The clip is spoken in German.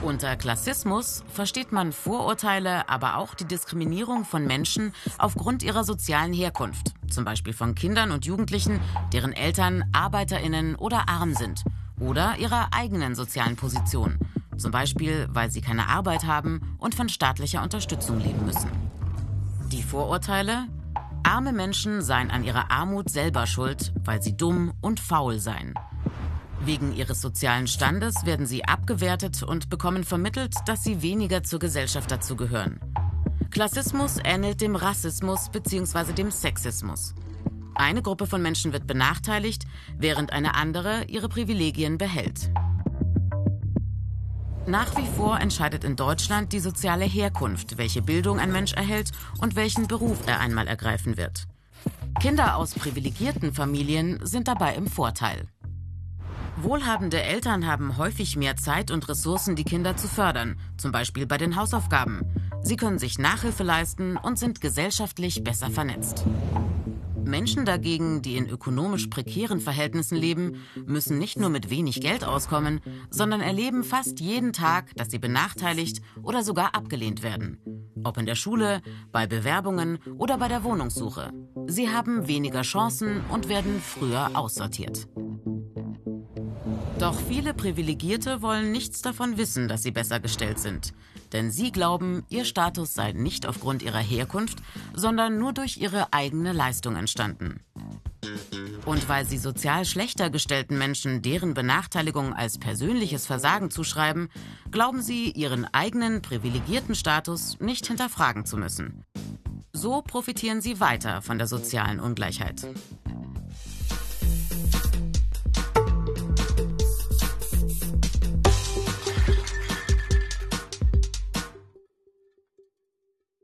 Unter Klassismus versteht man Vorurteile, aber auch die Diskriminierung von Menschen aufgrund ihrer sozialen Herkunft. Zum Beispiel von Kindern und Jugendlichen, deren Eltern ArbeiterInnen oder arm sind. Oder ihrer eigenen sozialen Position. Zum Beispiel, weil sie keine Arbeit haben und von staatlicher Unterstützung leben müssen. Die Vorurteile? Arme Menschen seien an ihrer Armut selber schuld, weil sie dumm und faul seien. Wegen ihres sozialen Standes werden sie abgewertet und bekommen vermittelt, dass sie weniger zur Gesellschaft dazugehören. Klassismus ähnelt dem Rassismus bzw. dem Sexismus. Eine Gruppe von Menschen wird benachteiligt, während eine andere ihre Privilegien behält. Nach wie vor entscheidet in Deutschland die soziale Herkunft, welche Bildung ein Mensch erhält und welchen Beruf er einmal ergreifen wird. Kinder aus privilegierten Familien sind dabei im Vorteil. Wohlhabende Eltern haben häufig mehr Zeit und Ressourcen, die Kinder zu fördern, zum Beispiel bei den Hausaufgaben. Sie können sich Nachhilfe leisten und sind gesellschaftlich besser vernetzt. Menschen dagegen, die in ökonomisch prekären Verhältnissen leben, müssen nicht nur mit wenig Geld auskommen, sondern erleben fast jeden Tag, dass sie benachteiligt oder sogar abgelehnt werden. Ob in der Schule, bei Bewerbungen oder bei der Wohnungssuche. Sie haben weniger Chancen und werden früher aussortiert. Doch viele Privilegierte wollen nichts davon wissen, dass sie besser gestellt sind. Denn sie glauben, ihr Status sei nicht aufgrund ihrer Herkunft, sondern nur durch ihre eigene Leistung entstanden. Und weil sie sozial schlechter gestellten Menschen deren Benachteiligung als persönliches Versagen zuschreiben, glauben sie, ihren eigenen privilegierten Status nicht hinterfragen zu müssen. So profitieren sie weiter von der sozialen Ungleichheit.